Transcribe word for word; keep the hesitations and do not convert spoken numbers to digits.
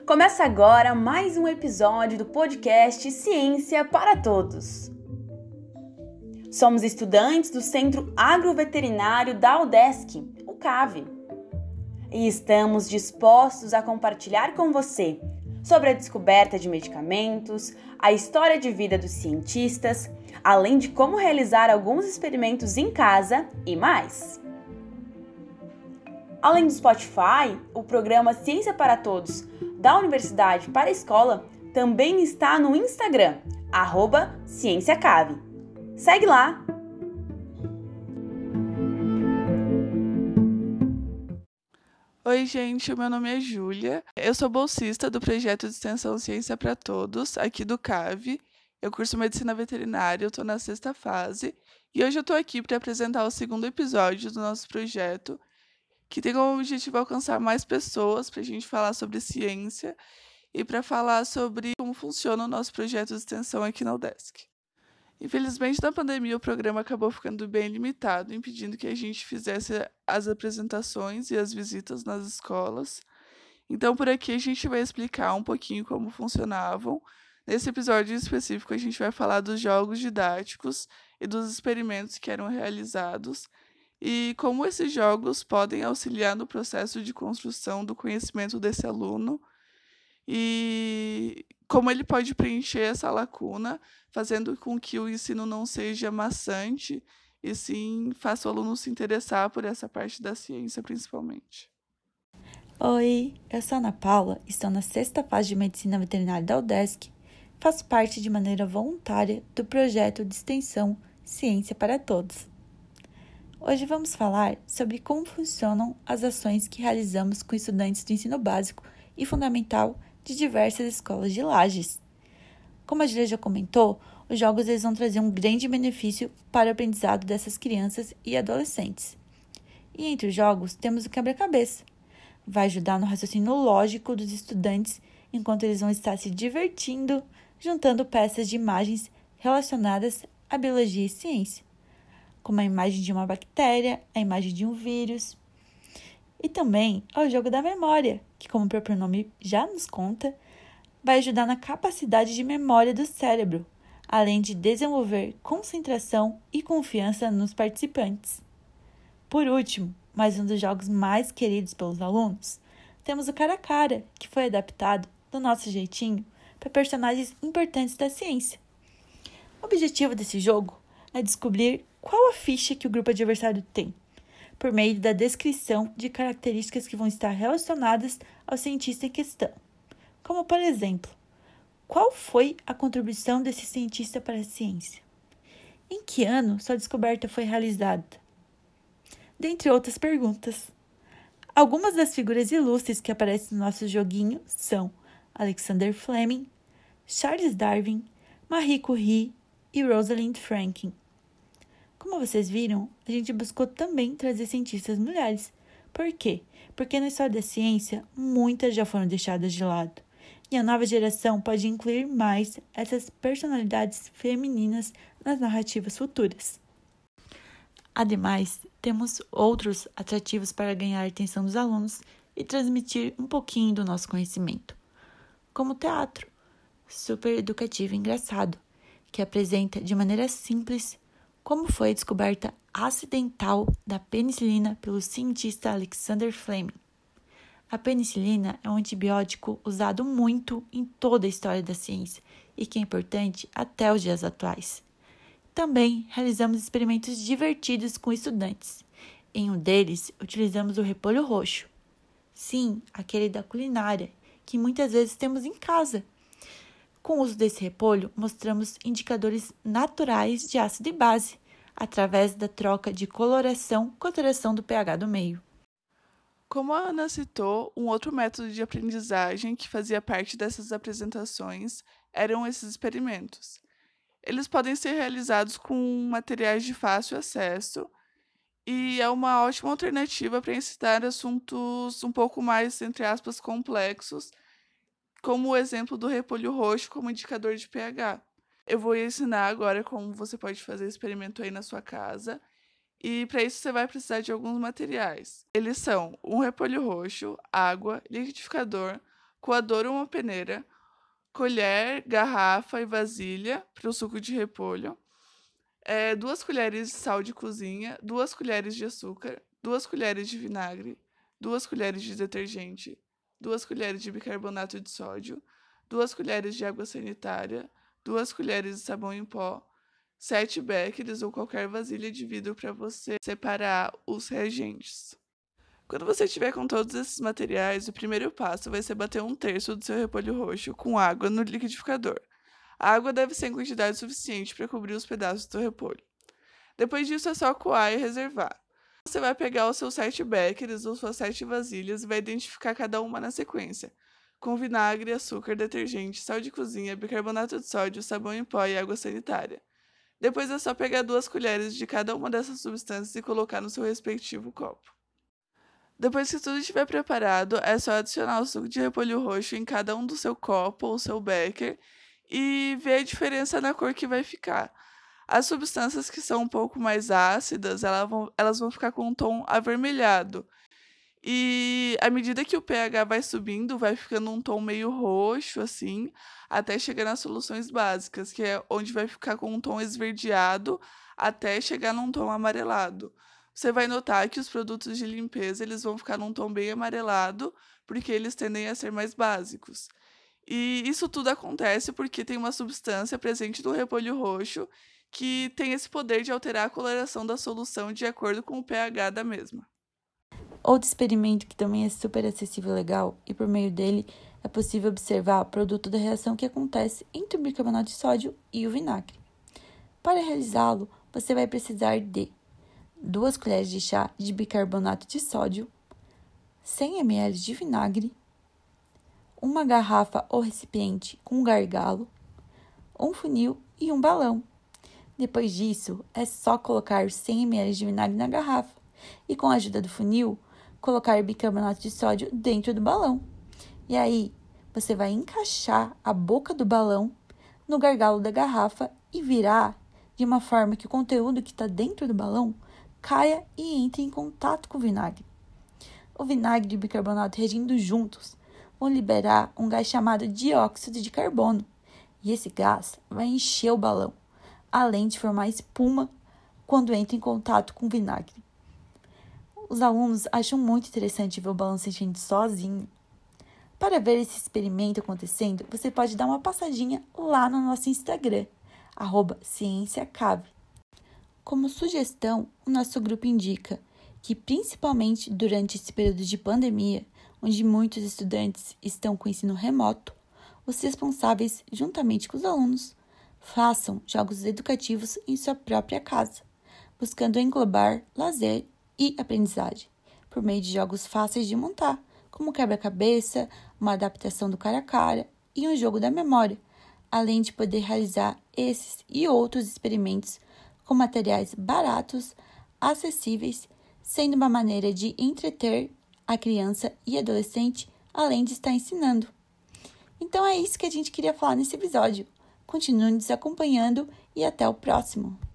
Começa agora mais um episódio do podcast Ciência para Todos. Somos estudantes do Centro Agroveterinário da UDESC, o C A V, e estamos dispostos a compartilhar com você sobre a descoberta de medicamentos, a história de vida dos cientistas, além de como realizar alguns experimentos em casa e mais. Além do Spotify, o programa Ciência para Todos da Universidade para a Escola também está no Instagram, arroba CiênciaCave. Segue lá! Oi, gente, o meu nome é Júlia. Eu sou bolsista do projeto de extensão Ciência para Todos, aqui do C A V. Eu curso Medicina Veterinária, eu estou na sexta fase. E hoje eu estou aqui para apresentar o segundo episódio do nosso projeto, que tem como objetivo alcançar mais pessoas para a gente falar sobre ciência e para falar sobre como funciona o nosso projeto de extensão aqui na UDESC. Infelizmente, na pandemia, o programa acabou ficando bem limitado, impedindo que a gente fizesse as apresentações e as visitas nas escolas. Então, por aqui, a gente vai explicar um pouquinho como funcionavam. Nesse episódio específico, a gente vai falar dos jogos didáticos e dos experimentos que eram realizados e como esses jogos podem auxiliar no processo de construção do conhecimento desse aluno e como ele pode preencher essa lacuna, fazendo com que o ensino não seja maçante e sim faça o aluno se interessar por essa parte da ciência, principalmente. Oi, eu sou a Ana Paula, estou na sexta fase de Medicina Veterinária da UDESC, faço parte de maneira voluntária do projeto de extensão Ciência para Todos. Hoje vamos falar sobre como funcionam as ações que realizamos com estudantes do ensino básico e fundamental de diversas escolas de Lages. Como a Julia já comentou, os jogos eles vão trazer um grande benefício para o aprendizado dessas crianças e adolescentes. E entre os jogos temos o quebra-cabeça. Vai ajudar no raciocínio lógico dos estudantes enquanto eles vão estar se divertindo, juntando peças de imagens relacionadas à biologia e ciência, como a imagem de uma bactéria, a imagem de um vírus. E também é o jogo da memória, que, como o próprio nome já nos conta, vai ajudar na capacidade de memória do cérebro, além de desenvolver concentração e confiança nos participantes. Por último, mas um dos jogos mais queridos pelos alunos, temos o Cara a Cara, que foi adaptado do nosso jeitinho para personagens importantes da ciência. O objetivo desse jogo é descobrir qual a ficha que o grupo adversário tem, por meio da descrição de características que vão estar relacionadas ao cientista em questão. Como, por exemplo, qual foi a contribuição desse cientista para a ciência? Em que ano sua descoberta foi realizada? Dentre outras perguntas. Algumas das figuras ilustres que aparecem no nosso joguinho são Alexander Fleming, Charles Darwin, Marie Curie e Rosalind Franklin. Como vocês viram, a gente buscou também trazer cientistas mulheres. Por quê? Porque na história da ciência, muitas já foram deixadas de lado. E a nova geração pode incluir mais essas personalidades femininas nas narrativas futuras. Ademais, temos outros atrativos para ganhar a atenção dos alunos e transmitir um pouquinho do nosso conhecimento, como o teatro, super educativo e engraçado, que apresenta de maneira simples como foi a descoberta acidental da penicilina pelo cientista Alexander Fleming. A penicilina é um antibiótico usado muito em toda a história da ciência e que é importante até os dias atuais. Também realizamos experimentos divertidos com estudantes. Em um deles, utilizamos o repolho roxo. Sim, aquele da culinária, que muitas vezes temos em casa. Com o uso desse repolho, mostramos indicadores naturais de ácido e base, através da troca de coloração com alteração do pH do meio. Como a Ana citou, um outro método de aprendizagem que fazia parte dessas apresentações eram esses experimentos. Eles podem ser realizados com materiais de fácil acesso e é uma ótima alternativa para ensinar assuntos um pouco mais, entre aspas, complexos, como o exemplo do repolho roxo como indicador de pH. Eu vou ensinar agora como você pode fazer experimento aí na sua casa. E para isso você vai precisar de alguns materiais. Eles são um repolho roxo, água, liquidificador, coador ou uma peneira, colher, garrafa e vasilha para o suco de repolho, é, duas colheres de sal de cozinha, duas colheres de açúcar, duas colheres de vinagre, duas colheres de detergente, duas colheres de bicarbonato de sódio, duas colheres de água sanitária, duas colheres de sabão em pó, sete beckers ou qualquer vasilha de vidro para você separar os reagentes. Quando você estiver com todos esses materiais, o primeiro passo vai ser bater um terço do seu repolho roxo com água no liquidificador. A água deve ser em quantidade suficiente para cobrir os pedaços do repolho. Depois disso é só coar e reservar. Você vai pegar os seus sete beckers ou suas sete vasilhas e vai identificar cada uma na sequência, com vinagre, açúcar, detergente, sal de cozinha, bicarbonato de sódio, sabão em pó e água sanitária. Depois é só pegar duas colheres de cada uma dessas substâncias e colocar no seu respectivo copo. Depois que tudo estiver preparado, é só adicionar o suco de repolho roxo em cada um do seu copo ou seu becker e ver a diferença na cor que vai ficar. As substâncias que são um pouco mais ácidas, elas vão, elas vão ficar com um tom avermelhado. E à medida que o pH vai subindo, vai ficando um tom meio roxo, assim, até chegar nas soluções básicas, que é onde vai ficar com um tom esverdeado até chegar num tom amarelado. Você vai notar que os produtos de limpeza eles vão ficar num tom bem amarelado, porque eles tendem a ser mais básicos. E isso tudo acontece porque tem uma substância presente no repolho roxo que tem esse poder de alterar a coloração da solução de acordo com o pH da mesma. Outro experimento que também é super acessível e legal, e por meio dele é possível observar o produto da reação que acontece entre o bicarbonato de sódio e o vinagre. Para realizá-lo, você vai precisar de duas colheres de chá de bicarbonato de sódio, cem mililitros de vinagre, uma garrafa ou recipiente com gargalo, um funil e um balão. Depois disso, é só colocar cem mililitros de vinagre na garrafa e, com a ajuda do funil, colocar bicarbonato de sódio dentro do balão. E aí, você vai encaixar a boca do balão no gargalo da garrafa e virar de uma forma que o conteúdo que está dentro do balão caia e entre em contato com o vinagre. O vinagre e o bicarbonato reagindo juntos vão liberar um gás chamado dióxido de carbono. E esse gás vai encher o balão, além de formar espuma quando entra em contato com o vinagre. Os alunos acham muito interessante ver o balão se enchendo sozinho. Para ver esse experimento acontecendo, você pode dar uma passadinha lá no nosso Instagram, arroba CiênciaCave. Como sugestão, o nosso grupo indica que, principalmente durante esse período de pandemia, onde muitos estudantes estão com ensino remoto, os responsáveis, juntamente com os alunos, façam jogos educativos em sua própria casa, buscando englobar lazer e aprendizagem, por meio de jogos fáceis de montar, como quebra-cabeça, uma adaptação do cara a cara e um jogo da memória, além de poder realizar esses e outros experimentos com materiais baratos, acessíveis, sendo uma maneira de entreter a criança e adolescente, além de estar ensinando. Então é isso que a gente queria falar nesse episódio. Continue nos acompanhando e até o próximo!